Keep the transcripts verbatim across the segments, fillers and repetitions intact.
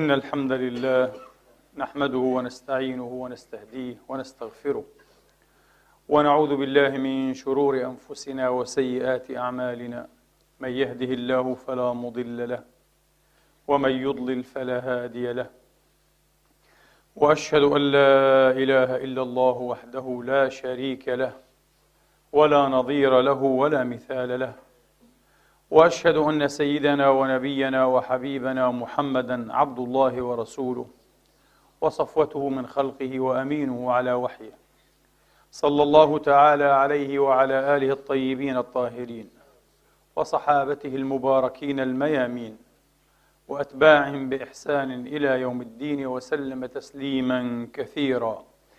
إن الحمد لله نحمده ونستعينه ونستهديه ونستغفره ونعوذ بالله من شرور أنفسنا وسيئات أعمالنا. من يهده الله فلا مضل له ومن يضلل فلا هادي له، وأشهد أن لا إله إلا الله وحده لا شريك له ولا نظير له ولا مثال له، وأشهد أن سيدنا ونبينا وحبيبنا محمدًا عبد الله ورسوله وصفوته من خلقه وأمينه على وحيه، صلى الله تعالى عليه وعلى آله الطيبين الطاهرين وصحابته المباركين الميامين وأتباعهم بإحسان إلى يوم الدين وسلم تسليمًا كثيرا.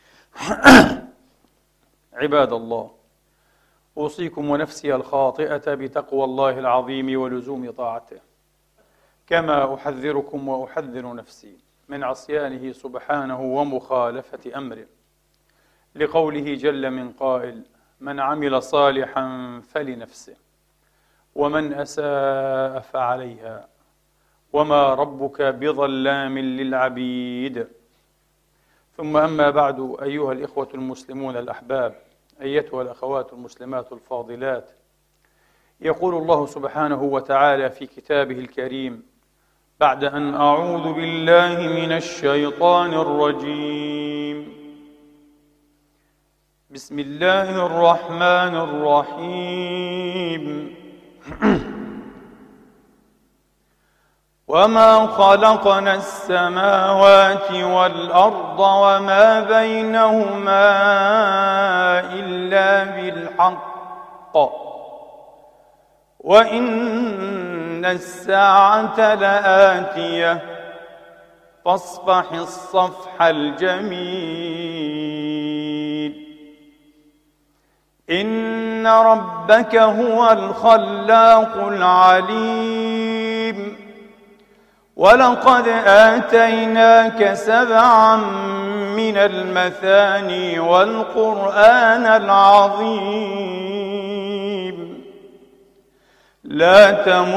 عباد الله، أوصيكم ونفسي الخاطئة بتقوى الله العظيم ولزوم طاعته، كما أحذركم وأحذر نفسي من عصيانه سبحانه ومخالفة أمره، لقوله جل من قائل: من عمل صالحا فلنفسه ومن أساء فعليها وما ربك بظلام للعبيد. ثم أما بعد، أيها الإخوة المسلمون الأحباب، أيتها الأخوات المسلمات الفاضلات، يقول الله سبحانه وتعالى في كتابه الكريم بعد أن أعوذ بالله من الشيطان الرجيم: بسم الله الرحمن الرحيم وما خلقنا السماوات والأرض وما بينهما إلا بالحق وإن الساعة لآتية فاصفح الصفح الجميل. إن ربك هو الخلاق العليم ولقد آتيناك سبعا من المثاني والقرآن العظيم. لا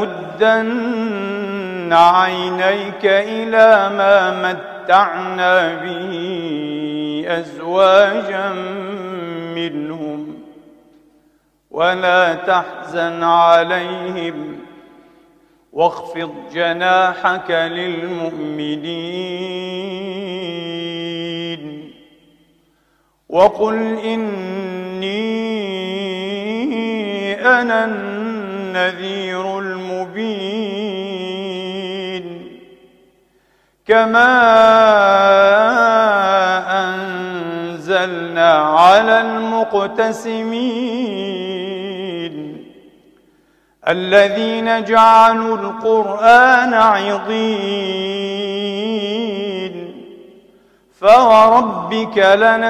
تمدن عينيك إلى ما متعنا به أزواجا منهم ولا تحزن عليهم واخفض جناحك للمؤمنين وقل إني أنا النذير المبين. كما أنزلنا على المقتسمين الذين جعلوا القرآن عضين. فوربك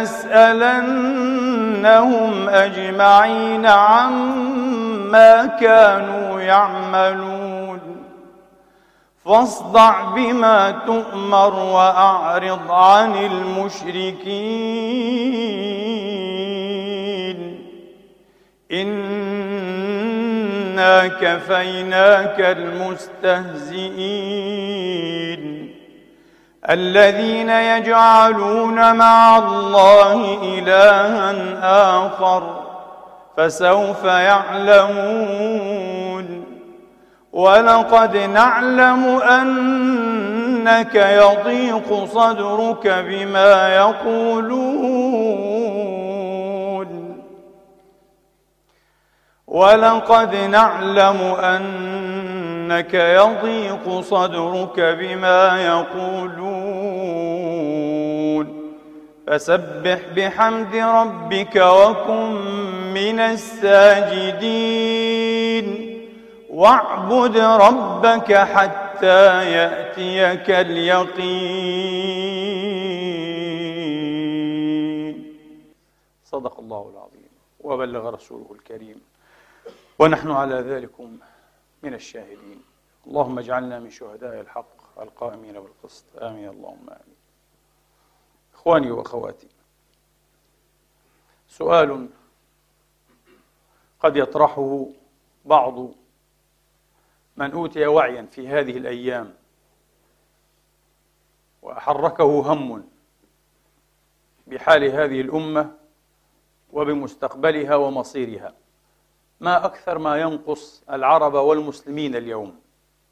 لنسألنهم أجمعين عما كانوا يعملون. فاصدع بما تؤمر وأعرض عن المشركين. إنا كفيناك المستهزئين الذين يجعلون مع الله إلها آخر فسوف يعلمون. ولقد نعلم أنك يضيق صدرك بما يقولون ولقد نعلم أنك يضيق صدرك بما يقولون فسبح بحمد ربك وكن من الساجدين واعبد ربك حتى يأتيك اليقين. صدق الله العظيم وبلغ رسوله الكريم ونحن على ذلكم من الشاهدين. اللهم اجعلنا من شهداء الحق القائمين بالقسط، آمين اللهم آمين. إخواني وأخواتي، سؤال قد يطرحه بعض من أوتي وعيا في هذه الأيام وحركه هم بحال هذه الأمة وبمستقبلها ومصيرها. ما أكثر ما ينقص العرب والمسلمين اليوم،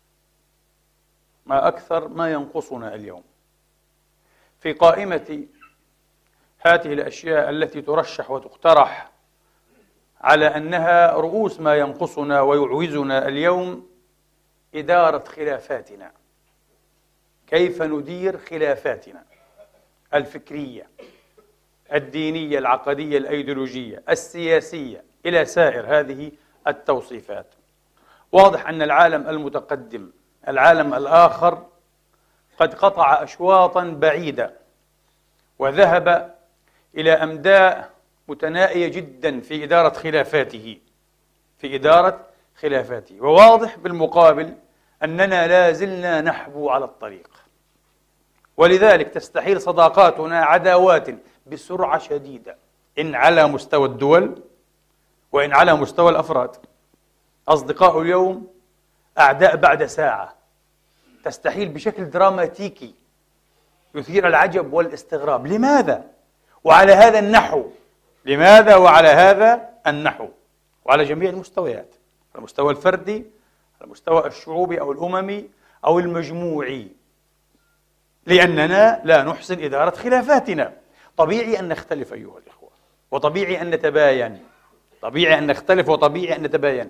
ما أكثر ما ينقصنا اليوم في قائمة هذه الأشياء التي ترشح وتقترح على أنها رؤوس ما ينقصنا ويعوزنا اليوم: إدارة خلافاتنا. كيف ندير خلافاتنا الفكرية، الدينية، العقدية، الأيديولوجية، السياسية، إلى سائر هذه التوصيفات. واضح أن العالم المتقدم، العالم الآخر، قد قطع أشواطا بعيدة وذهب إلى أمداء متنائية جدا في إدارة خلافاته في إدارة خلافاته وواضح بالمقابل أننا لا زلنا نحبو على الطريق، ولذلك تستحيل صداقاتنا عداوات بسرعة شديدة، إن على مستوى الدول وإن على مستوى الأفراد. أصدقاء اليوم أعداء بعد ساعة، تستحيل بشكل دراماتيكي يثير العجب والاستغراب. لماذا؟ وعلى هذا النحو. لماذا وعلى هذا النحو؟ وعلى جميع المستويات، على المستوى الفردي، على المستوى الشعوبي أو الأممي أو المجموعي، لأننا لا نحسن إدارة خلافاتنا. طبيعي أن نختلف أيها الإخوة، وطبيعي أن نتباين، طبيعي أن نختلف وطبيعي أن نتباين.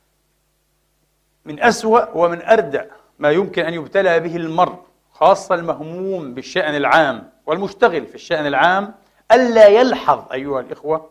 من أسوأ ومن أردع ما يمكن أن يبتلى به المرء، خاصة المهموم بالشأن العام والمشتغل في الشأن العام، ألا يلحظ أيها الإخوة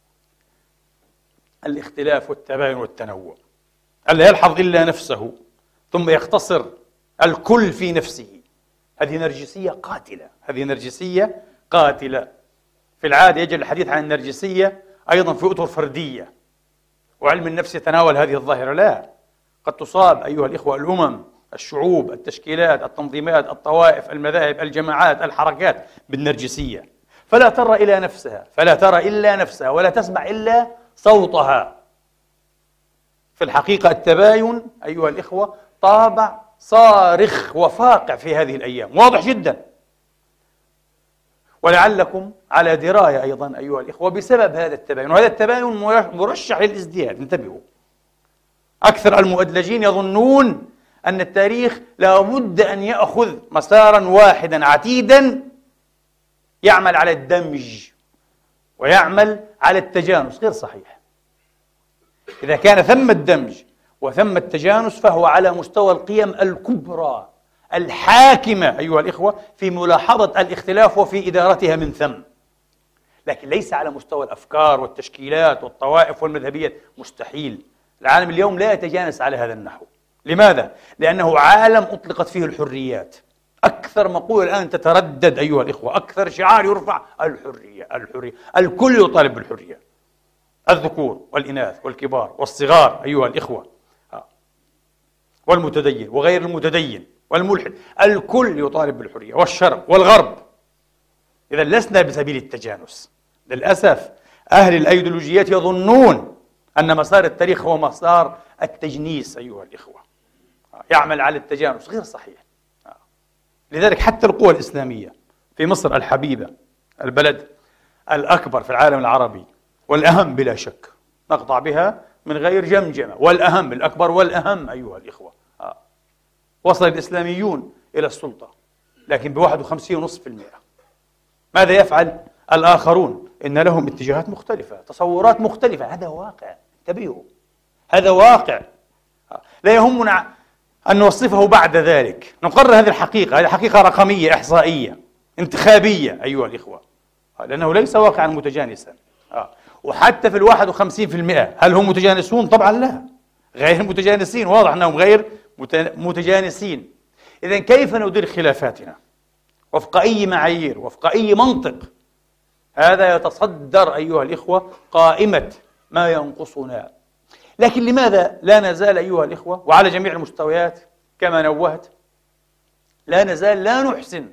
الاختلاف والتباين والتنوع، ألا يلحظ إلا نفسه ثم يختصر الكل في نفسه. هذه نرجسية قاتلة، هذه نرجسية قاتلة. في العادة يجري الحديث عن النرجسية أيضا في أطر فردية، وعلم النفس يتناول هذه الظاهرة. لا، قد تصاب أيها الإخوة الأمم، الشعوب، التشكيلات، التنظيمات، الطوائف، المذاهب، الجماعات، الحركات بالنرجسية، فلا ترى إلى نفسها، فلا ترى إلا نفسها، ولا تسمع إلا صوتها. في الحقيقة التباين أيها الإخوة طابع صارخ وفاقع في هذه الأيام، واضح جدا، ولعلكم على دراية أيضا أيها الإخوة بسبب هذا التباين. وهذا التباين مرشح للازدياد. انتبهوا، أكثر المؤدلجين يظنون أن التاريخ لا بد أن يأخذ مسارا واحدا عتيدا يعمل على الدمج ويعمل على التجانس. غير صحيح. إذا كان ثم الدمج وثم التجانس فهو على مستوى القيم الكبرى الحاكمة أيها الإخوة في ملاحظة الاختلاف وفي إدارتها من ثم، لكن ليس على مستوى الأفكار والتشكيلات والطوائف والمذهبيات. مستحيل. العالم اليوم لا يتجانس على هذا النحو. لماذا؟ لأنه عالم أطلقت فيه الحريات. أكثر مقولة الآن تتردد أيها الإخوة، أكثر شعار يرفع: الحرية الحرية. الكل يطالب بالحرية، الذكور والإناث والكبار والصغار أيها الإخوة، والمتدين وغير المتدين والملحد، الكل يطالب بالحرية، والشرق والغرب. إذا لسنا بسبيل التجانس. للأسف أهل الأيديولوجيات يظنون أن مسار التاريخ هو مسار التجنيس أيها الإخوة، يعمل على التجانس. غير صحيح. لذلك حتى القوى الإسلامية في مصر الحبيبة، البلد الأكبر في العالم العربي والأهم بلا شك، نقطع بها من غير جمجمة، والأهم، الأكبر والأهم أيها الإخوة، آه. وصل الإسلاميون إلى السلطة لكن بواحد وخمسين ونصف في المئة. ماذا يفعل الآخرون؟ إن لهم اتجاهات مختلفة، تصورات مختلفة. هذا واقع، انتبهوا، هذا واقع. آه. لا يهمنا أن نوصفه بعد ذلك، نقرر هذه الحقيقة. هذه حقيقة رقمية إحصائية انتخابية أيها الإخوة، آه. لأنه ليس واقعا متجانسا. آه. وحتى في الواحد وخمسين في المئة هل هم متجانسون؟ طبعا لا، غير متجانسين، واضح أنهم غير متجانسين. إذن كيف ندير خلافاتنا وفق أي معايير، وفق أي منطق؟ هذا يتصدر أيها الإخوة قائمة ما ينقصنا. لكن لماذا لا نزال أيها الإخوة وعلى جميع المستويات كما نوهت لا نزال لا نحسن،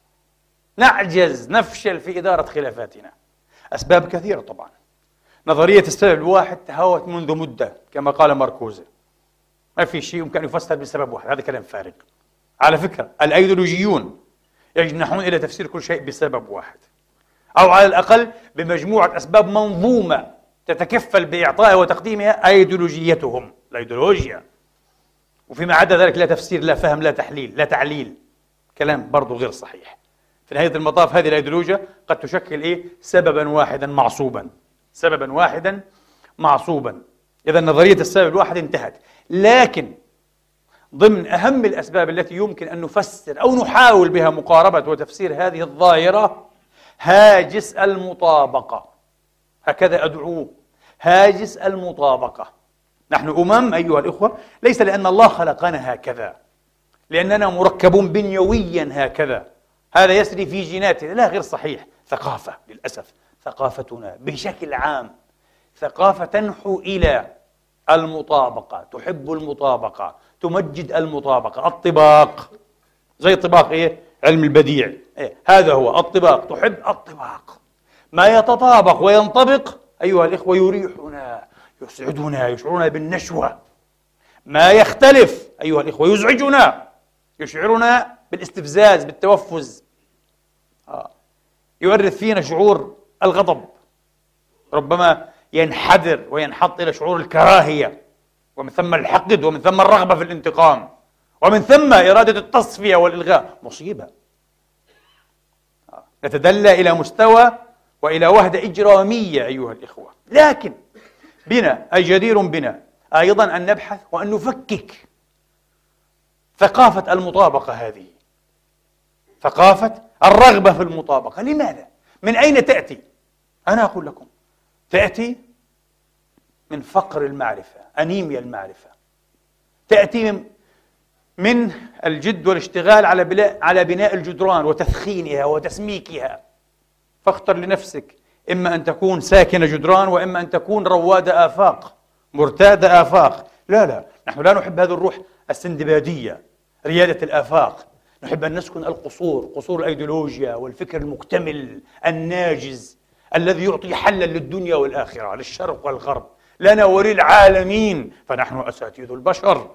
نعجز، نفشل في إدارة خلافاتنا؟ أسباب كثيرة طبعا. نظرية السبب الواحد تهاوت منذ مدة كما قال ماركوزي. ما في شيء يمكن أن يفسر بسبب واحد، هذا كلام فارغ. على فكرة الأيديولوجيون يجنحون إلى تفسير كل شيء بسبب واحد، أو على الأقل بمجموعة أسباب منظومة تتكفل بإعطائها وتقديمها أيديولوجيتهم، الأيديولوجيا. وفيما عدا ذلك لا تفسير، لا فهم، لا تحليل، لا تعليل. كلام برضو غير صحيح. في نهاية المطاف هذه الأيديولوجيا قد تشكل إيه؟ سببا واحدا معصوبا، سببا واحدا معصوبا. إذا نظرية السبب الواحد انتهت. لكن ضمن أهم الأسباب التي يمكن أن نفسر أو نحاول بها مقاربة وتفسير هذه الظاهرة هاجس المطابقة، هكذا أدعوه، هاجس المطابقة. نحن أمم أيها الإخوة ليس لأن الله خلقنا هكذا، لأننا مركبون بنيويا هكذا، هذا يسري في جيناتنا، لا، غير صحيح. ثقافة، للأسف ثقافتنا بشكل عام ثقافة تنحو إلى المطابقة، تحب المطابقة، تمجد المطابقة، الطباق، زي الطباق إيه؟ علم البديع، إيه؟ هذا هو الطباق، تحب الطباق، ما يتطابق وينطبق أيها الإخوة يريحنا، يسعدنا، يشعرنا بالنشوة. ما يختلف أيها الإخوة يزعجنا، يشعرنا بالاستفزاز، بالتوفز، آه. يورث فينا شعور الغضب، ربما ينحدر وينحط إلى شعور الكراهية، ومن ثم الحقد، ومن ثم الرغبة في الانتقام، ومن ثم إرادة التصفية والإلغاء. مصيبة. آه. نتدلى إلى مستوى وإلى وهدة إجرامية أيها الإخوة. لكن بنا، أي جدير بنا أيضا أن نبحث وأن نفكك ثقافة المطابقة هذه، ثقافة الرغبة في المطابقة. لماذا؟ من أين تأتي؟ أنا أقول لكم تأتي من فقر المعرفة، أنيميا المعرفة. تأتي من من الجد والاشتغال على بناء على بناء الجدران وتثخينها وتسميكها. فاختر لنفسك، إما أن تكون ساكن جدران، وإما أن تكون رواد آفاق، مرتاد آفاق. لا لا، نحن لا نحب هذه الروح السندبادية، ريادة الآفاق. نحب أن نسكن القصور، قصور الأيديولوجيا والفكر المكتمل الناجز الذي يعطي حلا للدنيا والآخرة، للشرق والغرب، لنا وللعالمين، فنحن أساتذ البشر.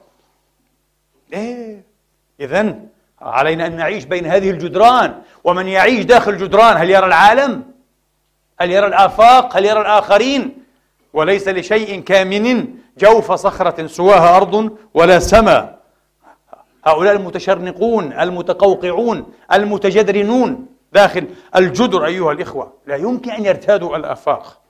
إيه؟ إذن علينا أن نعيش بين هذه الجدران. ومن يعيش داخل الجدران هل يرى العالم؟ هل يرى الآفاق؟ هل يرى الآخرين؟ وليس لشيء كامن جوف صخرة سواها أرض ولا سماء. هؤلاء المتشرنقون المتقوقعون المتجدرنون داخل الجدر أيها الإخوة لا يمكن أن يرتادوا الآفاق.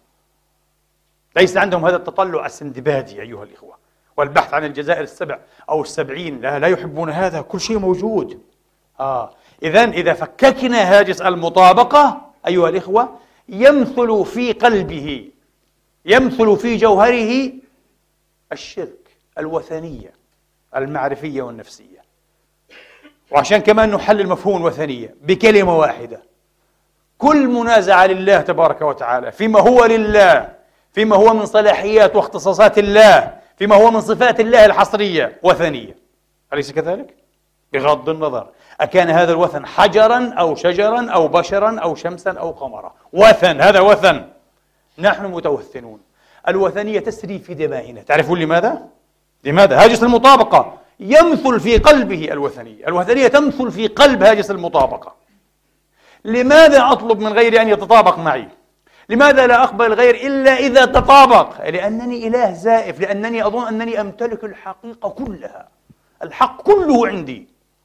ليس عندهم هذا التطلع السندبادي أيها الإخوة، والبحث عن الجزائر السبع أو السبعين، لا لا يحبون هذا، كل شيء موجود. آه. إذن إذا فككنا هاجس المطابقة أيها الإخوة يمثل في قلبه، يمثل في جوهره الشرك، الوثنية المعرفية والنفسية. وعشان كمان نحلل مفهوم الوثنية بكلمة واحدة: كل منازعة لله تبارك وتعالى فيما هو لله، فيما هو من صلاحيات واختصاصات الله، فيما هو من صفات الله الحصرية، وثنية. أليس كذلك؟ بغض النظر أكان هذا الوثن حجرا أو شجرا أو بشرا أو شمسا أو قمرا، وثن، هذا وثن. نحن متوثنون، الوثنية تسري في دمائنا. تعرفون لماذا؟ لماذا؟ هاجس المطابقة يمثل في قلبه الوثنية، الوثنية تمثل في قلب هاجس المطابقة. لماذا أطلب من غيري أن يتطابق معي؟ لماذا لا أقبل الغير إلا إذا تطابق؟ لأنني إله زائف، لأنني أظن أنني أمتلك الحقيقة كلها، الحق كله عندي،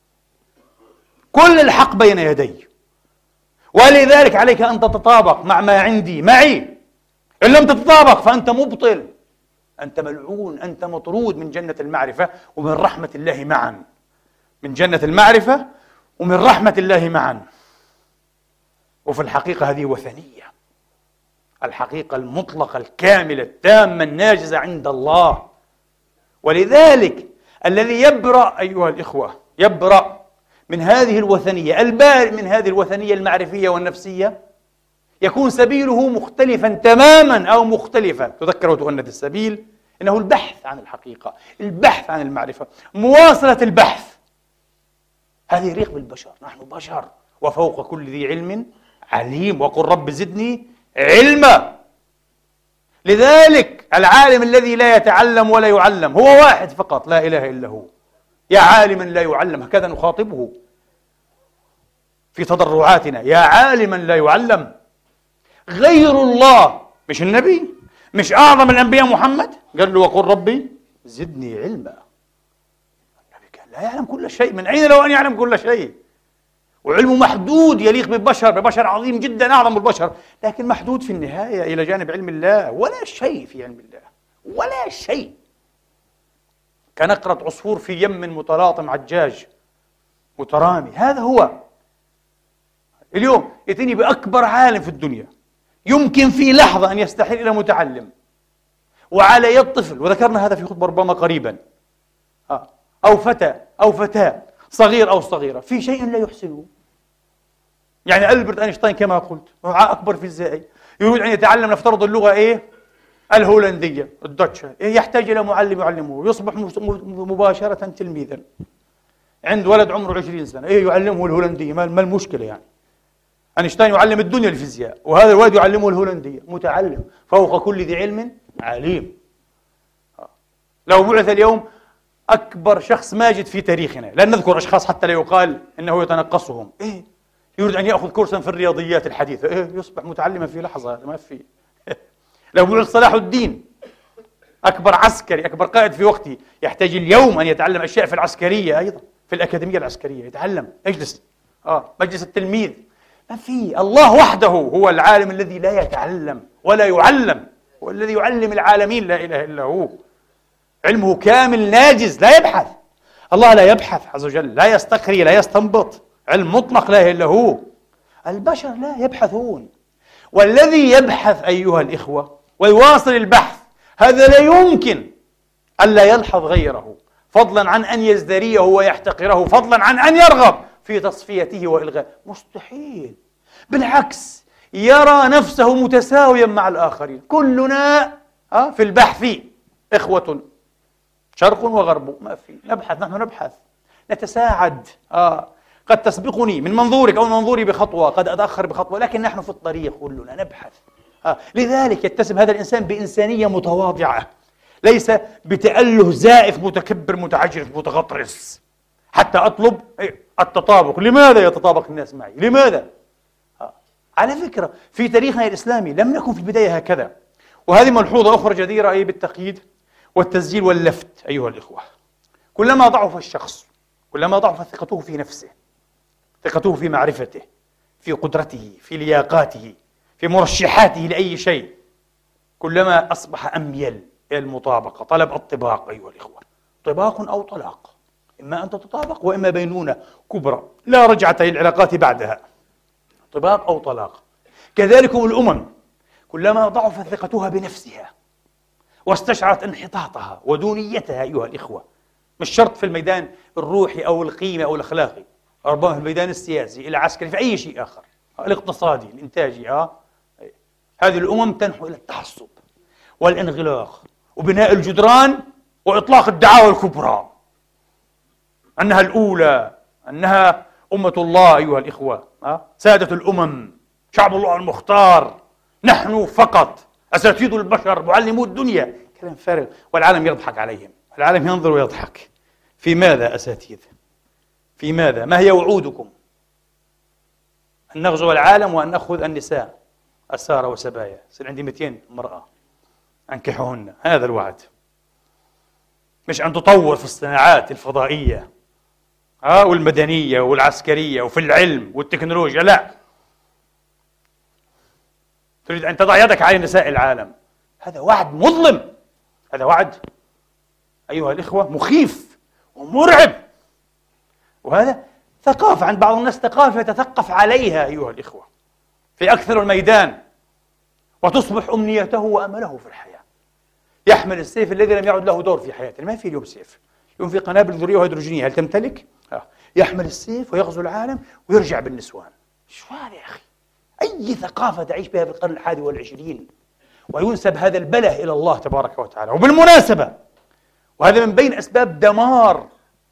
كل الحق بين يدي، ولذلك عليك أن تتطابق مع ما عندي معي. إن لم تتطابق فأنت مبطل، أنت ملعون، أنت مطرود من جنة المعرفة ومن رحمة الله معا، من جنة المعرفة ومن رحمة الله معا. وفي الحقيقة هذه وثنية، الحقيقة المطلقة الكاملة التامة الناجزة عند الله. ولذلك الذي يبرأ أيها الإخوة، يبرأ من هذه الوثنية، البارئ من هذه الوثنية المعرفية والنفسية، يكون سبيله مختلفا تماما أو مختلفا. تذكر وتؤنث السبيل إنه البحث عن الحقيقة، البحث عن المعرفة، مواصلة البحث. هذه يليق بالبشر، نحن بشر وفوق كل ذي علم عليم، وقل رب زدني علما. لذلك العالم الذي لا يتعلم ولا يعلم هو واحد فقط، لا إله إلا هو. يا عالما لا يعلم، هكذا نخاطبه. في تضرعاتنا: يا عالما لا يعلم، غير الله، مش النبي، مش أعظم الأنبياء محمد، قال له: وقل ربي زدني علما. النبي كان لا يعلم كل شيء، من أين له أن يعلم كل شيء؟ وعلمه محدود يليق ببشر، ببشر عظيم جدا أعظم البشر، لكن محدود في النهاية إلى جانب علم الله. ولا شيء في علم الله، ولا شيء، كنقرة عصفور في يم متلاطم عجاج مترامي. هذا هو. اليوم يتني بأكبر عالم في الدنيا يمكن في لحظة أن يستحيل إلى متعلم وعلى يد طفل، وذكرنا هذا في خطبة ربما قريبا، أو فتى أو فتاة، صغير أو صغيرة، في شيء لا يحسنه. يعني ألبرت أينشتاين كما قلت أكبر فيزيائي يريد أن يتعلم نفترض اللغة إيه؟ الهولندية، الدوتش، إيه؟ يحتاج إلى معلم يعلمه، يصبح مباشرة تلميذا. عند ولد عمره عشرين سنة، إيه يعلمه الهولندية، ما المشكلة يعني؟ أينشتاين يعلم الدنيا الفيزياء، وهذا الولد يعلمه الهولندية، متعلم فوق كل ذي علم عليم. لو بعث اليوم أكبر شخص ماجد في تاريخنا، لن نذكر أشخاص حتى لا يقال إنه يتنقصهم، إيه؟ يريد أن يأخذ كورسا في الرياضيات الحديثة، إيه؟ يصبح متعلما في لحظة، ما في. لو بعث صلاح الدين أكبر عسكري، أكبر قائد في وقته، يحتاج اليوم أن يتعلم أشياء في العسكرية أيضا، في الأكاديمية العسكرية يتعلم، يجلس آه مجلس التلميذ. ما في. الله وحده هو العالم الذي لا يتعلم ولا يعلم، هو الذي يعلم العالمين، لا إله إلا هو. علمه كامل ناجز، لا يبحث. الله لا يبحث عز وجل، لا يستقري، لا يستنبط، علم مطلق لا إله إلا هو. البشر لا يبحثون، والذي يبحث أيها الإخوة ويواصل البحث هذا لا يمكن ألا يلحظ غيره، فضلا عن أن يزدريه ويحتقره، فضلا عن أن يرغب في تصفيته وإلغائه. مستحيل. بالعكس، يرى نفسه متساويا مع الآخرين. كلنا في البحث إخوة، شرق وغرب، ما في. نبحث، نحن نبحث، نتساعد. آه. قد تسبقني من منظورك أو من منظوري بخطوة، قد أتأخر بخطوة، لكن نحن في الطريق كلنا نبحث. آه. لذلك يتسم هذا الإنسان بإنسانية متواضعة، ليس بتأله زائف متكبر متعجرف متغطرس حتى أطلب التطابق. لماذا يتطابق الناس معي؟ لماذا؟ آه. على فكرة في تاريخنا الإسلامي لم نكن في البداية هكذا. وهذه ملحوظة أخرى جديرة أي بالتقييد والتسجيل واللفت أيها الإخوة. كلما ضعف الشخص، كلما ضعفت ثقته في نفسه، ثقته في معرفته، في قدرته، في لياقاته، في مرشحاته لأي شيء، كلما أصبح أميل إلى المطابقة، طلب الطباق أيها الإخوة. طباق أو طلاق، إما أن تتطابق وإما بينونة كبرى لا رجعة للعلاقات بعدها. طباق أو طلاق. كذلك الأمم كلما ضعفت ثقتها بنفسها واستشعرت انحطاطها ودونيتها أيها الإخوة، مش شرط في الميدان الروحي أو القيمة أو الأخلاقي، ربما في الميدان السياسي، العسكري، في أي شيء آخر، الاقتصادي، الإنتاجي. آه. هذه الأمم تنحو إلى التعصب والانغلاق وبناء الجدران وإطلاق الدعاوى الكبرى أنها الأولى، أنها أمة الله أيها الإخوة، آه. سادة الأمم، شعب الله المختار، نحن فقط أساتذة البشر، معلمو الدنيا. كلام فارغ، والعالم يضحك عليهم، العالم ينظر ويضحك. في ماذا أساتذة؟ في ماذا؟ ما هي وعودكم؟ أن نغزو العالم وأن نأخذ النساء أسارة وسبايا، يصير عندي مئتين امرأة أنكحهن، هذا الوعد. مش أن تطور في الصناعات الفضائية آه والمدنية والعسكرية وفي العلم والتكنولوجيا، لا، تريد أن تضع يدك على نساء العالم. هذا وعد مظلم، هذا وعد أيها الإخوة مخيف ومرعب. وهذا ثقافة عند بعض الناس، ثقافة يتثقف عليها أيها الإخوة في أكثر الميدان، وتصبح أمنيته وأمله في الحياة. يحمل السيف الذي لم يعد له دور في حياته. ما في اليوم سيف، اليوم في قنابل ذرية وهيدروجينية، هل تمتلك؟ آه. يحمل السيف ويغزو العالم ويرجع بالنسوان. شو هذا يا أخي؟ أي ثقافة تعيش بها في القرن الحادي والعشرين؟ وينسب هذا البله إلى الله تبارك وتعالى. وبالمناسبة، وهذا من بين أسباب دمار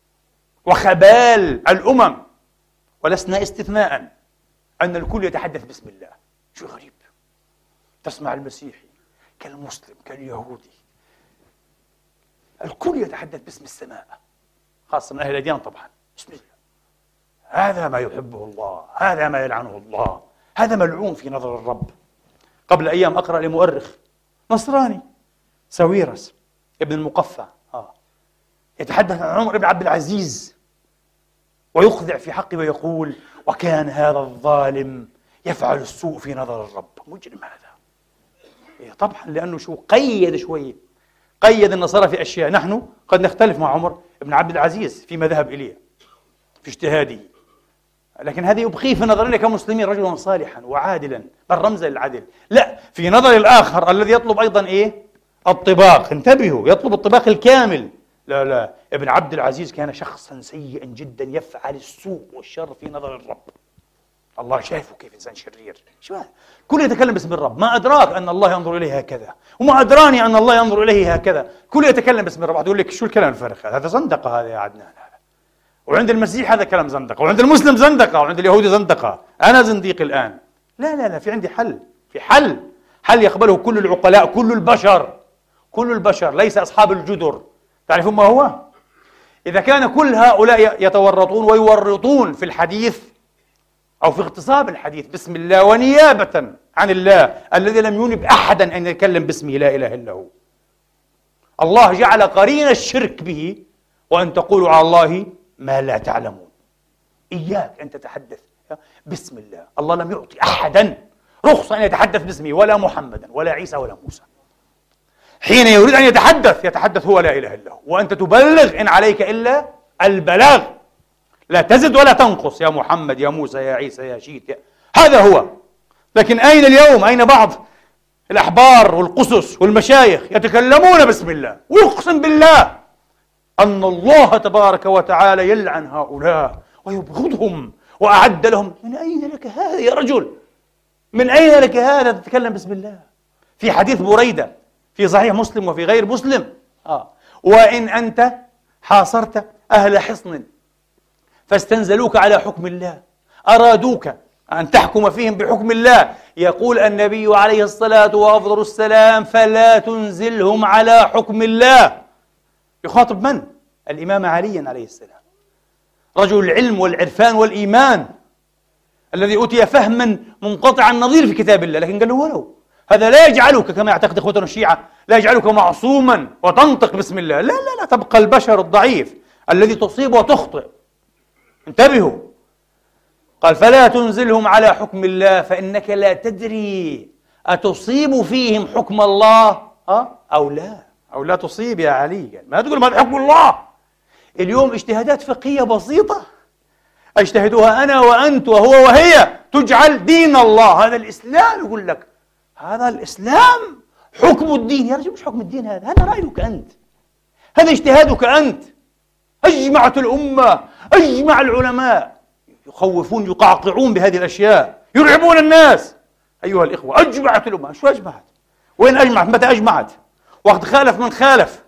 وخبال الأمم، ولسنا استثناء، أن الكل يتحدث باسم الله. شو غريب، تسمع المسيحي كالمسلم كاليهودي، الكل يتحدث باسم السماء، خاصة من أهل الأديان طبعا، بسم الله. هذا ما يحبه الله، هذا ما يلعنه الله، هذا ملعون في نظر الرب. قبل أيام أقرأ لمؤرخ نصراني ساويرس ابن المقفع آه. يتحدث عن عمر بن عبد العزيز ويخضع في حقه ويقول: وكان هذا الظالم يفعل السوء في نظر الرب. مجرم هذا. إيه طبعا، لأنه شو قيد شوية، قيد النصارى في أشياء. نحن قد نختلف مع عمر بن عبد العزيز فيما ذهب إليه في اجتهاده، لكن هذا يبقيه في نظرنا كمسلمين رجلا صالحا وعادلا، بل رمزا للعدل. لا، في نظر الآخر الذي يطلب أيضا إيه؟ الطباق. انتبهوا، يطلب الطباق الكامل. لا لا، ابن عبد العزيز كان شخصا سيئا جدا يفعل السوء والشر في نظر الرب. الله شايفه كيف إنسان شرير. شو هذا؟ كل يتكلم باسم الرب. ما أدراك أن الله ينظر إليه هكذا، وما أدراني أن الله ينظر إليه هكذا. كل يتكلم باسم الرب. يقول لك شو الكلام الفارغ هذا؟ هذا زندقة هذا يا عدنان هذا. وعند المسيح هذا كلام زندقة، وعند المسلم زندقة، وعند اليهودي زندقة. أنا زنديق الآن. لا لا لا، في عندي حل، في حل، حل يقبله كل العقلاء، كل البشر، كل البشر، ليس أصحاب الجدر. تعرفون ما هو؟ إذا كان كل هؤلاء يتورطون ويورطون في الحديث أو في اغتصاب الحديث باسم الله ونيابة عن الله الذي لم ينب أحدا أن يتكلم باسمه لا إله إلا هو. الله جعل قرين الشرك به وأن تقولوا على الله ما لا تعلمون. إياك أن تتحدث باسم الله. الله لم يعطي أحدا رخصة أن يتحدث باسمه، ولا محمدا ولا عيسى ولا موسى. حين يريد أن يتحدث يتحدث هو لا إله إلا هو، وأنت تبلغ إن عليك إلا البلاغ، لا تزد ولا تنقص. يا محمد، يا موسى، يا عيسى، يا شيت، يا... هذا هو. لكن أين اليوم؟ أين بعض الأحبار والقسس والمشايخ يتكلمون باسم الله، ويقسم بالله أن الله تبارك وتعالى يلعن هؤلاء ويبغضهم وأعد لهم. من أين لك هذا يا رجل؟ من أين لك هذا تتكلم باسم الله؟ في حديث بريدة في صحيح مسلم وفي غير مسلم آه. وإن أنت حاصرت أهل حصن فاستنزلوك على حكم الله، أرادوك أن تحكم فيهم بحكم الله، يقول النبي عليه الصلاة وأفضل السلام: فلا تنزلهم على حكم الله. يخاطب من؟ الإمام علي عليه السلام، رجل العلم والعرفان والإيمان الذي أوتي فهما منقطع النظير في كتاب الله، لكن قال له ولو هذا لا يجعلك كما يعتقد إخوتنا الشيعة، لا يجعلك معصوما وتنطق باسم الله. لا لا لا، تبقى البشر الضعيف الذي تصيب وتخطئ. انتبهوا. قال: فلا تنزلهم على حكم الله فإنك لا تدري أتصيب فيهم حكم الله أه؟ أو لا، أو لا تصيب يا علي. ما تقول ما حكم الله. اليوم اجتهادات فقهية بسيطة أجتهدها أنا وأنت وهو وهي تجعل دين الله. هذا الإسلام. يقول لك هذا الإسلام حكم الدين. يا رجل مش حكم الدين هذا، هذا رأيك أنت، هذا اجتهادك أنت. أجمعت الأمة، أجمع العلماء يخوفون يقعقعون بهذه الأشياء، يرعبون الناس. أيها الإخوة، أجمعت الأمة. شو أجمعت؟ وين أجمعت؟ متى أجمعت؟ وقت خالف من خالف.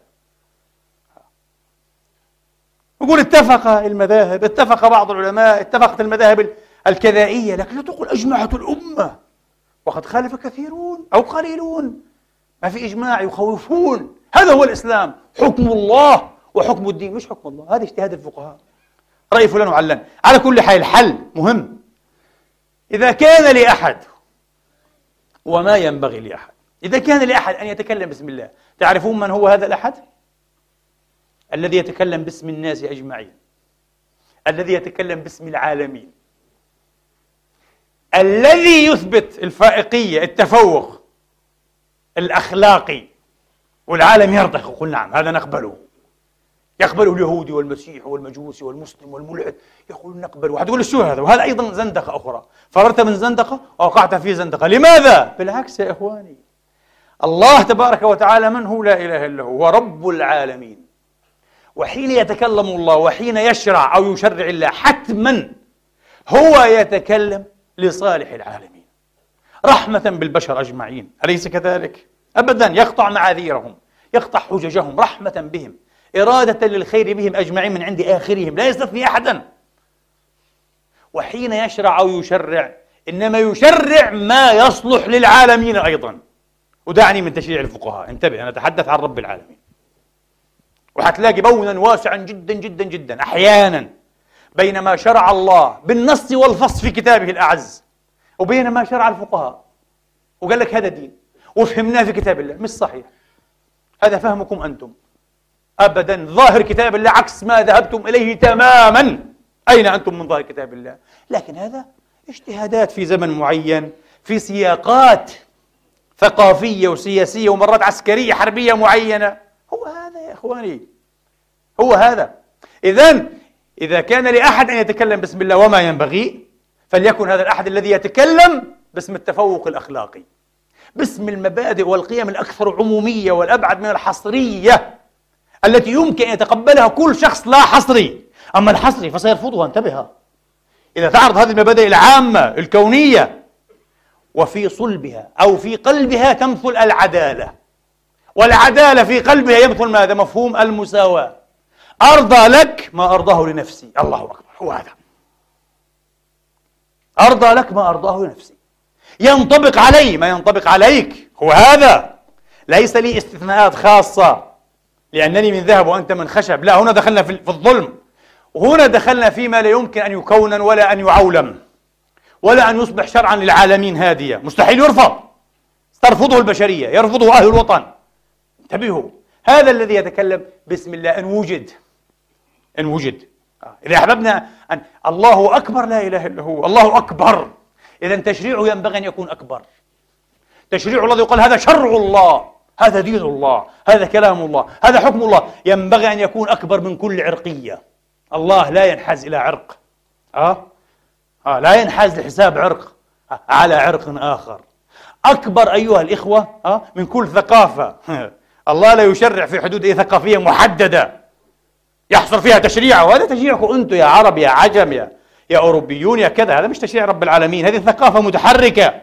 يقول اتفق المذاهب، اتفق بعض العلماء، اتفقت المذاهب الكذائية، لكن لا تقول أجمعت الأمة وقد خالف كثيرون أو قليلون. ما في إجماع، يخوفون. هذا هو الإسلام، حكم الله وحكم الدين، مش حكم الله. هذا اجتهاد الفقهاء، رأي فلان وعلان. على كل حال الحل مهم. إذا كان لأحد، وما ينبغي لأحد، إذا كان لأحد أن يتكلم باسم الله، تعرفون من هو هذا الأحد؟ الذي يتكلم باسم الناس أجمعين، الذي يتكلم باسم العالمين، الذي يثبت الفائقية، التفوق الأخلاقي، والعالم يرضخ يقول نعم هذا نقبله. يقبله اليهودي والمسيحي والمجوسي والمسلم والملحد، يقول نقبله. هتقول شو هذا؟ وهذا أيضا زندقة أخرى. فررت من زندقة ووقعت في زندقة. لماذا؟ بالعكس يا إخواني، الله تبارك وتعالى من هو؟ لا إله إلا هو، هو رب العالمين. وحين يتكلم الله وحين يشرع أو يشرع الله، حتما هو يتكلم لصالح العالمين رحمة بالبشر أجمعين، أليس كذلك؟ أبدا. يقطع معاذيرهم، يقطع حججهم رحمة بهم، إرادة للخير بهم أجمعين من عند آخرهم، لا يستثني أحدا. وحين يشرع أو يشرع، إنما يشرع ما يصلح للعالمين أيضا. ودعني من تشريع الفقهاء، انتبه، أنا أتحدث عن رب العالمين. وحتلاقي بونا واسعا جدا جدا جدا أحيانا بين ما شرع الله بالنص والفصل في كتابه الأعز وبين ما شرع الفقهاء وقال لك هذا دين وفهمناه في كتاب الله. مش صحيح، هذا فهمكم أنتم. أبدا، ظاهر كتاب الله عكس ما ذهبتم إليه تماما. أين أنتم من ظاهر كتاب الله؟ لكن هذا اجتهادات في زمن معين، في سياقات ثقافية وسياسية ومرات عسكرية حربية معينة. هو هذا يا إخواني، هو هذا. إذن إذا كان لأحد أن يتكلم باسم الله وما ينبغي، فليكن هذا الأحد الذي يتكلم باسم التفوق الأخلاقي، باسم المبادئ والقيم الأكثر عمومية والأبعد من الحصرية التي يمكن أن يتقبلها كل شخص لا حصري. أما الحصري فسيرفضها، انتبه. إذا تعرض هذه المبادئ العامة الكونية وفي صلبها أو في قلبها تمثل العدالة، والعدالة في قلبها يمثل ماذا؟ مفهوم المساواة. أرضى لك ما أرضاه لنفسي. الله أكبر، هو هذا. أرضى لك ما أرضاه لنفسي، ينطبق علي ما ينطبق عليك. هو هذا. ليس لي استثناءات خاصة لأنني من ذهب وأنت من خشب. لا، هنا دخلنا في الظلم، وهنا دخلنا فيما لا يمكن أن يكونن ولا أن يعولم ولا أن يصبح شرعا للعالمين هادية. مستحيل، يرفض. ترفضه البشرية، يرفضه أهل الوطن. انتبهوا، هذا الذي يتكلم باسم الله إن وجد، إن وجد. إذا أحببنا أن الله أكبر، لا إله إلا هو، الله أكبر، إذا تشريعه ينبغي أن يكون أكبر. تشريع الذي يقال هذا شرع الله، هذا دين الله، هذا كلام الله، هذا حكم الله، ينبغي أن يكون أكبر من كل عرقية. الله لا ينحاز إلى عرق، أه؟ آه لا ينحاز لحساب عرق آه على عرق آخر. أكبر أيها الإخوة آه من كل ثقافة. الله لا يشرع في حدود أي ثقافية محددة يحصل فيها تشريعه، وهذا تشريعكم أنتم يا عرب يا عجم يا يا أوروبيون يا كذا. هذا مش تشريع رب العالمين، هذه ثقافة متحركة.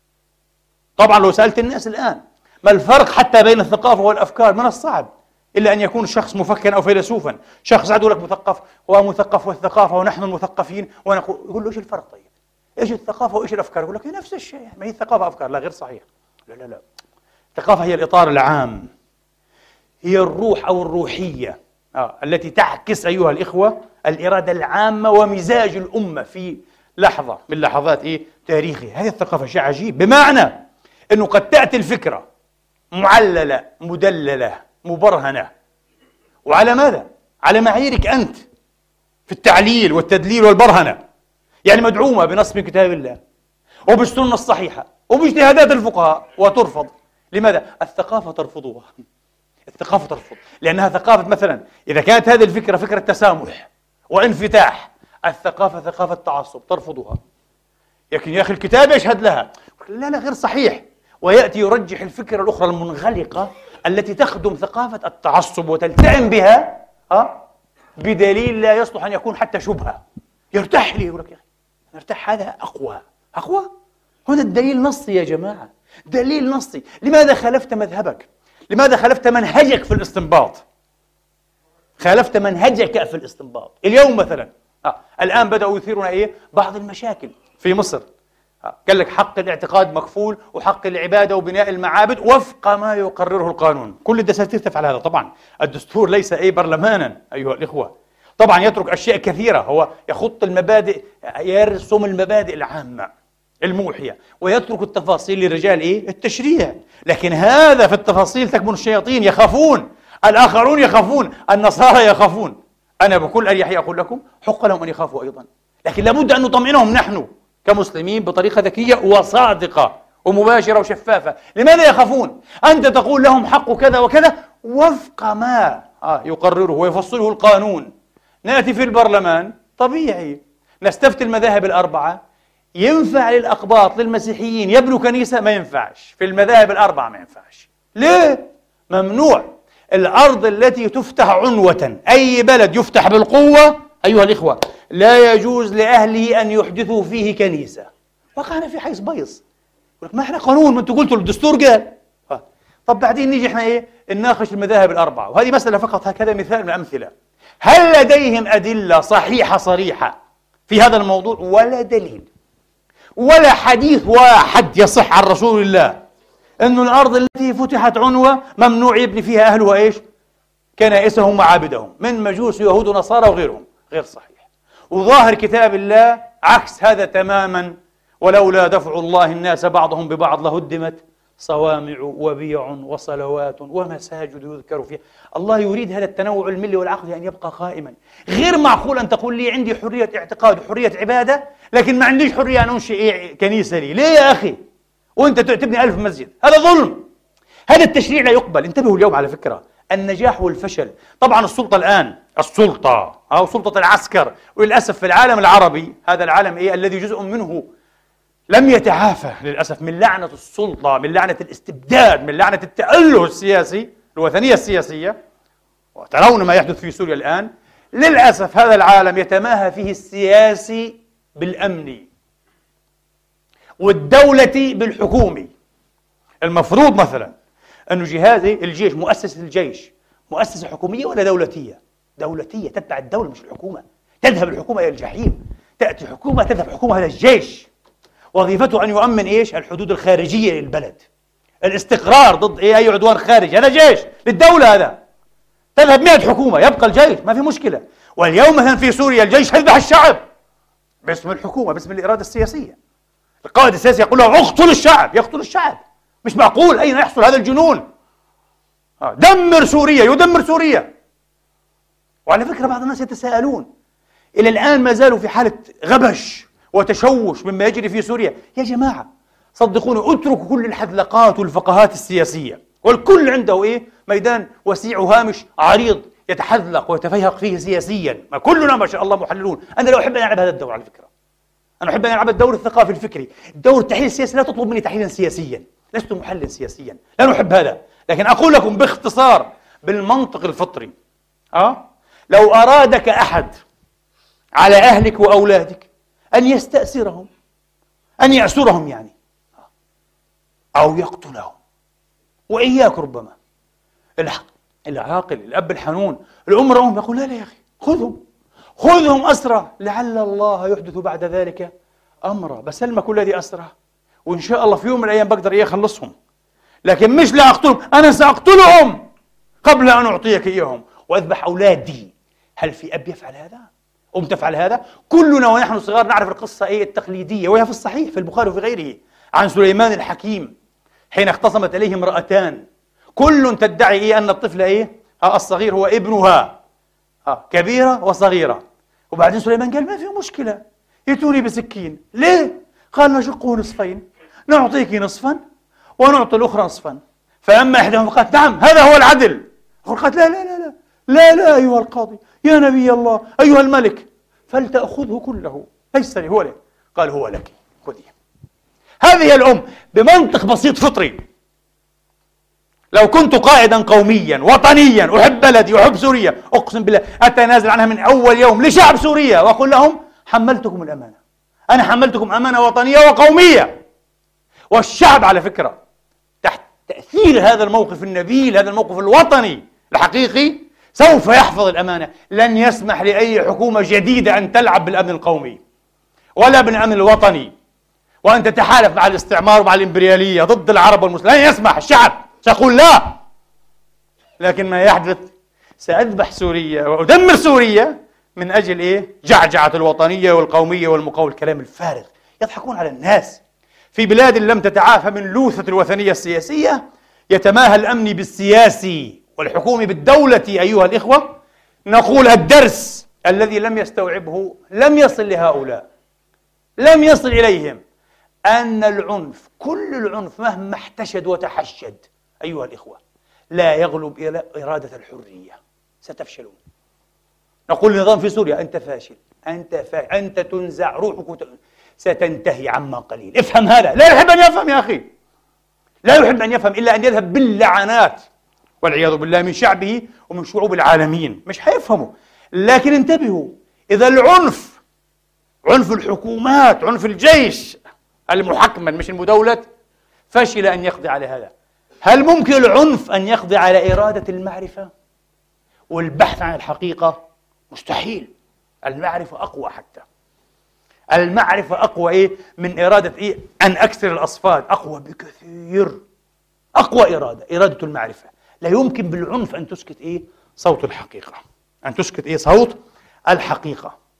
طبعا لو سألت الناس الآن ما الفرق حتى بين الثقافة والأفكار، من الصعب إلا أن يكون الشخص مفكرا أو فيلسوفا. شخص عدو لك مثقف ومثقف والثقافة ونحن المثقفين، ونقول يقول له إيش الفرق طيب؟ إيش الثقافة وإيش الأفكار؟ يقول لك نفس الشيء، ما هي الثقافة أفكار. لا، غير صحيح. لا لا لا، الثقافة هي الإطار العام، هي الروح أو الروحية آه. التي تعكس أيها الإخوة الإرادة العامة ومزاج الأمة في لحظة من لحظات إيه؟ تاريخها. هذه الثقافة شيء عجيب، بمعنى أنه قد تأتي الفكرة معللة مدللة مبرهنة، وعلى ماذا؟ على معاييرك أنت في التعليل والتدليل والبرهنة، يعني مدعومة بنص من كتاب الله وبالسنة الصحيحة وباجتهادات الفقهاء، وترفض. لماذا؟ الثقافة ترفضها. الثقافة ترفض لأنها ثقافة، مثلا إذا كانت هذه الفكرة فكرة تسامح وانفتاح، الثقافة ثقافة تعصب ترفضها. لكن يا أخي الكتاب يشهد لها. لا لا، غير صحيح. ويأتي يرجح الفكرة الأخرى المنغلقة التي تخدم ثقافة التعصب وتلتئم بها أه؟ بدليل لا يصلح أن يكون حتى شبهة. يرتاح لي، يقول لك يا أخي نرتاح، هذا أقوى أقوى. هنا الدليل نصي يا جماعة، دليل نصي. لماذا خالفت مذهبك؟ لماذا خالفت منهجك في الاستنباط؟ خالفت منهجك في الاستنباط. اليوم مثلا آه. الآن بدأوا يثيرون إيه؟ بعض المشاكل في مصر. آه. قال لك حق الاعتقاد مكفول وحق العبادة وبناء المعابد وفق ما يقرره القانون. كل الدساتير تفعل هذا. طبعا الدستور ليس أي برلمانا أيها الإخوة، طبعا يترك أشياء كثيرة، هو يخط المبادئ، يرسم المبادئ العامة الموحية ويترك التفاصيل لرجال إيه؟ التشريع. لكن هذا في التفاصيل تكمن الشياطين، يخافون، الآخرون يخافون، النصارى يخافون. أنا بكل أريحية أقول لكم حق لهم أن يخافوا أيضا، لكن لابد أن نطمئنهم نحن كمسلمين بطريقة ذكية وصادقة ومباشرة وشفافة. لماذا يخافون؟ أنت تقول لهم حق كذا وكذا وفق ما آه يقرره ويفصله القانون. نأتي في البرلمان طبيعي نستفتي المذاهب الأربعة، ينفع للأقباط للمسيحيين يبنوا كنيسة؟ ما ينفعش. في المذاهب الأربعة ما ينفعش. ليه؟ ممنوع. الأرض التي تفتح عنوة، أي بلد يفتح بالقوة أيها الإخوة لا يجوز لأهله أن يحدثوا فيه كنيسة. وقعنا في حيز بيص. يقول لك ما احنا قانون، ما انتوا قلتوا الدستور قال. طب بعدين نيجي احنا ايه؟ نناقش المذاهب الأربعة، وهذه مسألة فقط هكذا مثال من الأمثلة. هل لديهم أدلة صحيحة صريحة في هذا الموضوع؟ ولا دليل ولا حديث واحد يصح عن رسول الله أن الأرض التي فتحت عنوة ممنوع يبني فيها أهلها إيش؟ كنائسهم ومعابدهم من مجوس ويهود ونصارى وغيرهم. غير صحيح. وظاهر كتاب الله عكس هذا تماما. ولولا دفع الله الناس بعضهم ببعض لهدمت صوامع وبيع وصلوات ومساجد يذكر فيها. الله يريد هذا التنوع الملي والعقدي أن يبقى قائما. غير معقول أن تقول لي عندي حرية اعتقاد وحرية عبادة لكن ما عنديش حرية أن أنشئ كنيسة لي. ليه يا أخي؟ وأنت تبني ألف مسجد؟ هذا ظلم. هذا التشريع لا يقبل. انتبهوا اليوم على فكرة، النجاح والفشل، طبعا السلطة الآن، السلطة أو سلطة العسكر، وللأسف في العالم العربي، هذا العالم إيه الذي جزء منه لم يتعافى للأسف من لعنة السلطة، من لعنة الاستبداد، من لعنة التأله السياسي، الوثنية السياسية. وترون ما يحدث في سوريا الآن. للأسف هذا العالم يتماهى فيه السياسي بالأمني والدولة بالحكومي. المفروض مثلا أن جهاز الجيش، مؤسسة الجيش، مؤسسة حكومية ولا دولتية؟ دولتية، تتبع الدولة مش الحكومة. تذهب الحكومة إلى الجحيم، تأتي حكومة، تذهب حكومة إلى الجيش. وظيفته أن يؤمن إيش؟ الحدود الخارجية للبلد، الاستقرار ضد إيه؟ أي عدوان خارجي. هذا جيش للدولة. هذا تذهب مئة حكومة يبقى الجيش، ما في مشكلة. واليوم مثلا في سوريا الجيش يذبح الشعب باسم الحكومة، باسم الإرادة السياسية. القائد السياسي يقول له اقتل الشعب، يقتل الشعب. مش معقول، أين يحصل هذا الجنون؟ دمر سوريا، يدمر سوريا. وعلى فكرة بعض الناس يتساءلون، إلى الآن ما زالوا في حالة غبش وتشوش مما يجري في سوريا. يا جماعة صدقوني، اتركوا كل الحذلقات والفقهات السياسية، والكل عنده إيه؟ ميدان وسيع وهامش عريض يتحذلق ويتفيهق فيه سياسيا. ما كلنا ما شاء الله محللون. أنا لا أحب أن ألعب هذا الدور على فكرة. أنا أحب أن ألعب الدور الثقافي الفكري. دور التحليل السياسي لا تطلب مني تحليلا سياسيا، لست محللا سياسيا، لا نحب هذا. لكن أقول لكم باختصار بالمنطق الفطري، أه؟ لو أرادك أحد على أهلك وأولادك أن يستأسرهم، أن يأسرهم يعني، أو يقتلهم، وإياك ربما العاقل، الأب الحنون، الأم الأم يقول لا لا يا أخي، خذهم خذهم أسرى لعل الله يحدث بعد ذلك أمرا، بسلمك الذي أسرى وإن شاء الله في يوم من الأيام بقدر إياه أخلصهم. لكن مش لا أقتلهم، أنا سأقتلهم قبل أن أعطيك إياهم وأذبح أولادي. هل في أب يفعل هذا؟ أم تفعل هذا؟ كلنا ونحن صغار نعرف القصة إيه التقليدية، وهي في الصحيح في البخاري وفي غيره، عن سليمان الحكيم حين اختصمت إليه امرأتان، كل تدعي إيه أن الطفل إيه ها الصغير هو ابنها، ها كبيرة وصغيرة. وبعدين سليمان قال ما في مشكلة، يأتوني بسكين. ليه؟ قال نشقه نصفين، نعطيك نصفا ونعطي الأخرى نصفا. فأما إحداهم قالت نعم هذا هو العدل، قالت لا لا لا لا لا لا أيها القاضي يا نبي الله أيها الملك فلتأخذه كله، ليس لي هو لك. قال هو لك، خذيه. هذه الأم بمنطق بسيط فطري. لو كنت قائدا قوميا وطنيا أحب بلدي وأحب سوريا، أقسم بالله أتنازل عنها من أول يوم لشعب سوريا وأقول لهم حملتكم الأمانة، أنا حملتكم أمانة وطنية وقومية. والشعب على فكرة تحت تأثير هذا الموقف النبيل، هذا الموقف الوطني الحقيقي، سوف يحفظ الأمانة. لن يسمح لأي حكومة جديدة أن تلعب بالأمن القومي ولا بالأمن الوطني، وأن تتحالف مع الاستعمار ومع الإمبريالية ضد العرب والمسلمين. لن يسمح الشعب، سأقول لا. لكن ما يحدث سأذبح سوريا وأدمر سوريا من أجل إيه؟ جعجعة الوطنية والقومية والمقاومة. الكلام الفارغ، يضحكون على الناس. في بلاد لم تتعافى من لوثة الوثنية السياسية يتماهى الأمن بالسياسي والحكومي بالدولة. أيها الإخوة، نقول الدرس الذي لم يستوعبه، لم يصل لهؤلاء، لم يصل إليهم، أن العنف، كل العنف مهما احتشد وتحشد أيها الإخوة لا يغلب إلى إرادة الحرية. ستفشلون. نقول النظام في سوريا أنت فاشل، أنت فاشل، أنت تنزع روحك وت... ستنتهي عما قليل. افهم هذا. لا يحب أن يفهم يا أخي، لا يحب أن يفهم إلا أن يذهب باللعنات والعياذ بالله من شعبه ومن شعوب العالمين. مش حيفهموا. لكن انتبهوا، إذا العنف، عنف الحكومات، عنف الجيش المحكما مش المدولت، فشل أن يقضي على هذا. هل ممكن العنف أن يقضي على إرادة المعرفة والبحث عن الحقيقة؟ مستحيل. المعرفة أقوى، حتى المعرفة أقوى إيه من إرادة إيه أن أكسر الأصفاد، أقوى بكثير. أقوى إرادة، إرادة المعرفة. لا يمكن بالعنف أن تسكت إيه صوت الحقيقة، أن تسكت إيه صوت الحقيقة.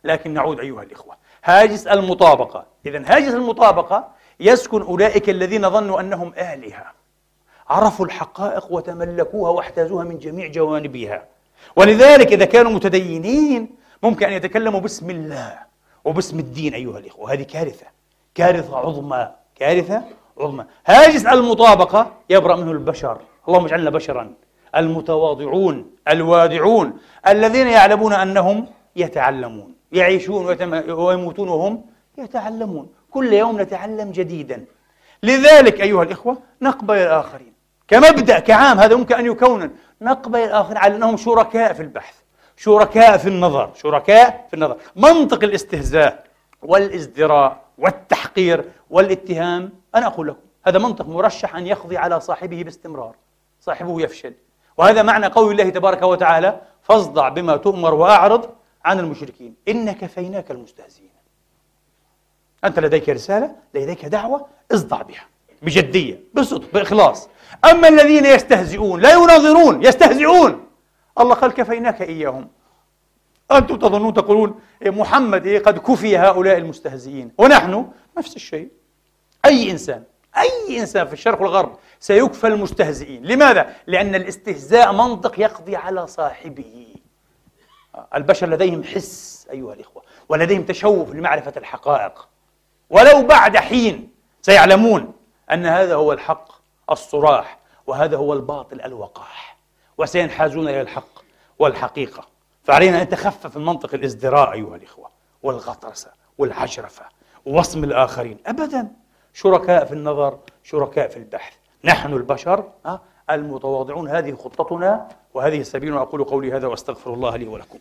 لكن نعود أيها الإخوة، هاجس المطابقة. إذن هاجس المطابقة يسكن أولئك الذين ظنوا أنهم آلهة، عرفوا الحقائق وتملكوها واحتازوها من جميع جوانبها. ولذلك إذا كانوا متدينين ممكن أن يتكلموا باسم الله وباسم الدين أيها الإخوة. هذه كارثة، كارثة عظمى، كارثة عظمى. هاجس المطابقة يبرأ منه البشر، اللهم اجعلنا بشرا، المتواضعون الوادعون الذين يعلمون أنهم يتعلمون، يعيشون ويموتون وهم يتعلمون، كل يوم نتعلم جديدا. لذلك أيها الإخوة نقبل الآخرين كمبدأ كعام، هذا ممكن أن يكون نقبل الآخرين على أنهم شركاء في البحث، شركاء في النظر، شركاء في النظر. منطق الاستهزاء والازدراء والتحقير والاتهام، أنا أقول لكم هذا منطق مرشح أن يقضي على صاحبه باستمرار، صاحبه يفشل. وهذا معنى قول الله تبارك وتعالى: فاصدع بما تؤمر وأعرض عن المشركين إن كفيناك المستهزئين. أنت لديك رسالة، لديك دعوة، اصدع بها بجدية، بصدق، بإخلاص. أما الذين يستهزئون لا يناظرون، يستهزئون، الله قال كفيناك إياهم. أنتم تظنون تقولون محمد إيه قد كفي هؤلاء المستهزئين، ونحن نفس الشيء. أي إنسان أي إنسان في الشرق والغرب سيكفى المستهزئين. لماذا؟ لأن الاستهزاء منطق يقضي على صاحبه. البشر لديهم حس أيها الإخوة، ولديهم تشوف لمعرفة الحقائق، ولو بعد حين سيعلمون أن هذا هو الحق الصراح وهذا هو الباطل الوقاح، وسينحازون إلى الحق والحقيقة. فعلينا أن نتخفف من منطق الازدراء أيها الإخوة والغطرسة والعجرفة ووصم الآخرين. أبدا، شركاء في النظر، شركاء في البحث. نحن البشر المتواضعون، هذه خطتنا وهذه سبيلنا. أقول قولي هذا وأستغفر الله لي ولكم.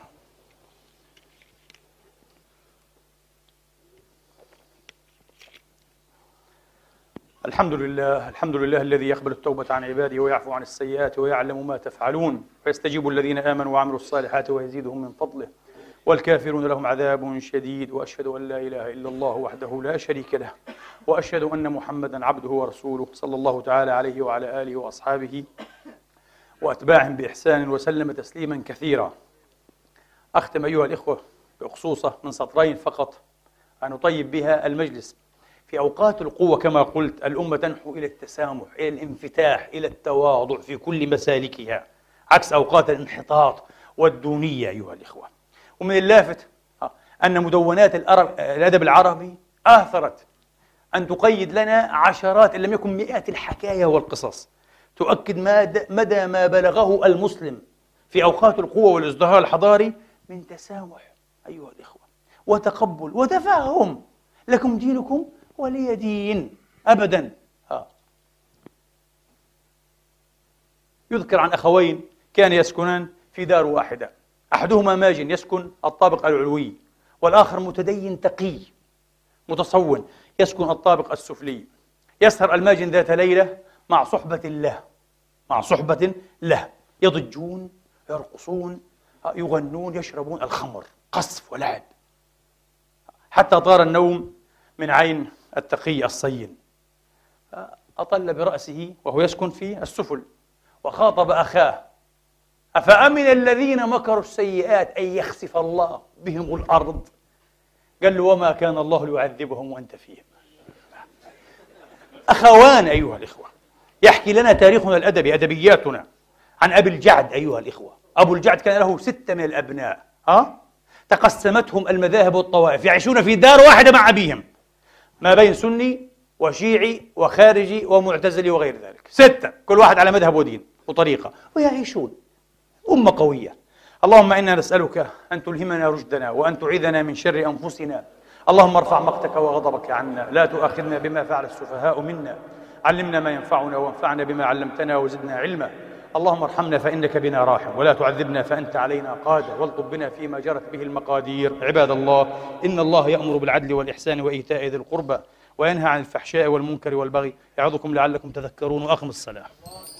الحمد لله، الحمد لله الذي يقبل التوبة عن عباده ويعفو عن السيئات ويعلم ما تفعلون، فيستجيب الذين آمنوا وعملوا الصالحات ويزيدهم من فضله، والكافرون لهم عذاب شديد. وأشهد أن لا إله إلا الله وحده لا شريك له، وأشهد أن محمدًا عبده ورسوله صلى الله تعالى عليه وعلى آله وأصحابه وأتباعهم بإحسان وسلم تسليمًا كثيرا. أختم أيها الإخوة بأقصوصة من سطرين فقط أن أطيب بها المجلس. في أوقات القوة كما قلت الأمة تنحو إلى التسامح، إلى الانفتاح، إلى التواضع في كل مسالكها، عكس أوقات الانحطاط والدونية أيها الإخوة. ومن اللافت أن مدونات الأدب العربي آثرت أن تقيد لنا عشرات إن لم يكن مئات الحكايا والقصص تؤكد مدى ما بلغه المسلم في أوقات القوة والازدهار الحضاري من تسامح أيها الإخوة وتقبل وتفاهم. لكم دينكم ولي دين. أبدا. آه. يذكر عن أخوين كان يسكنان في دار واحدة، أحدهما ماجن يسكن الطابق العلوي، والآخر متدين تقي متصون يسكن الطابق السفلي. يسهر الماجن ذات ليلة مع صحبة له مع صحبة له يضجون، يرقصون، يغنون، يشربون الخمر، قصف ولعب، حتى طار النوم من عين التقي الصين. أطل برأسه وهو يسكن في السفل وخاطب أخاه: أفأمن الذين مكروا السيئات أن يخسف الله بهم الأرض؟ قال له: وما كان الله ليعذبهم وأنت فيهم. أخوان أيها الإخوة. يحكي لنا تاريخنا الأدبي، أدبياتنا، عن أبي الجعد أيها الإخوة. أبو الجعد كان له ستة من الأبناء، ها؟ تقسمتهم المذاهب والطوائف، يعيشون في دار واحدة مع أبيهم، ما بين سني وشيعي وخارجي ومعتزلي وغير ذلك، ستة، كل واحد على مذهب ودين وطريقة، ويعيشون أمة قوية. اللهم إنا نسألك أن تلهمنا رشدنا وأن تعيذنا من شر أنفسنا. اللهم ارفع مقتك وغضبك عنا، لا تؤاخذنا بما فعل السفهاء منا، علمنا ما ينفعنا وانفعنا بما علمتنا وزدنا علما. اللهم ارحمنا فإنك بنا راحم، ولا تعذبنا فأنت علينا قادر، والطب بنا فيما جرت به المقادير. عباد الله، إن الله يأمر بالعدل والإحسان وإيتاء ذي القربى وينهى عن الفحشاء والمنكر والبغي، يعظكم لعلكم تذكرون، وأقم الصلاة.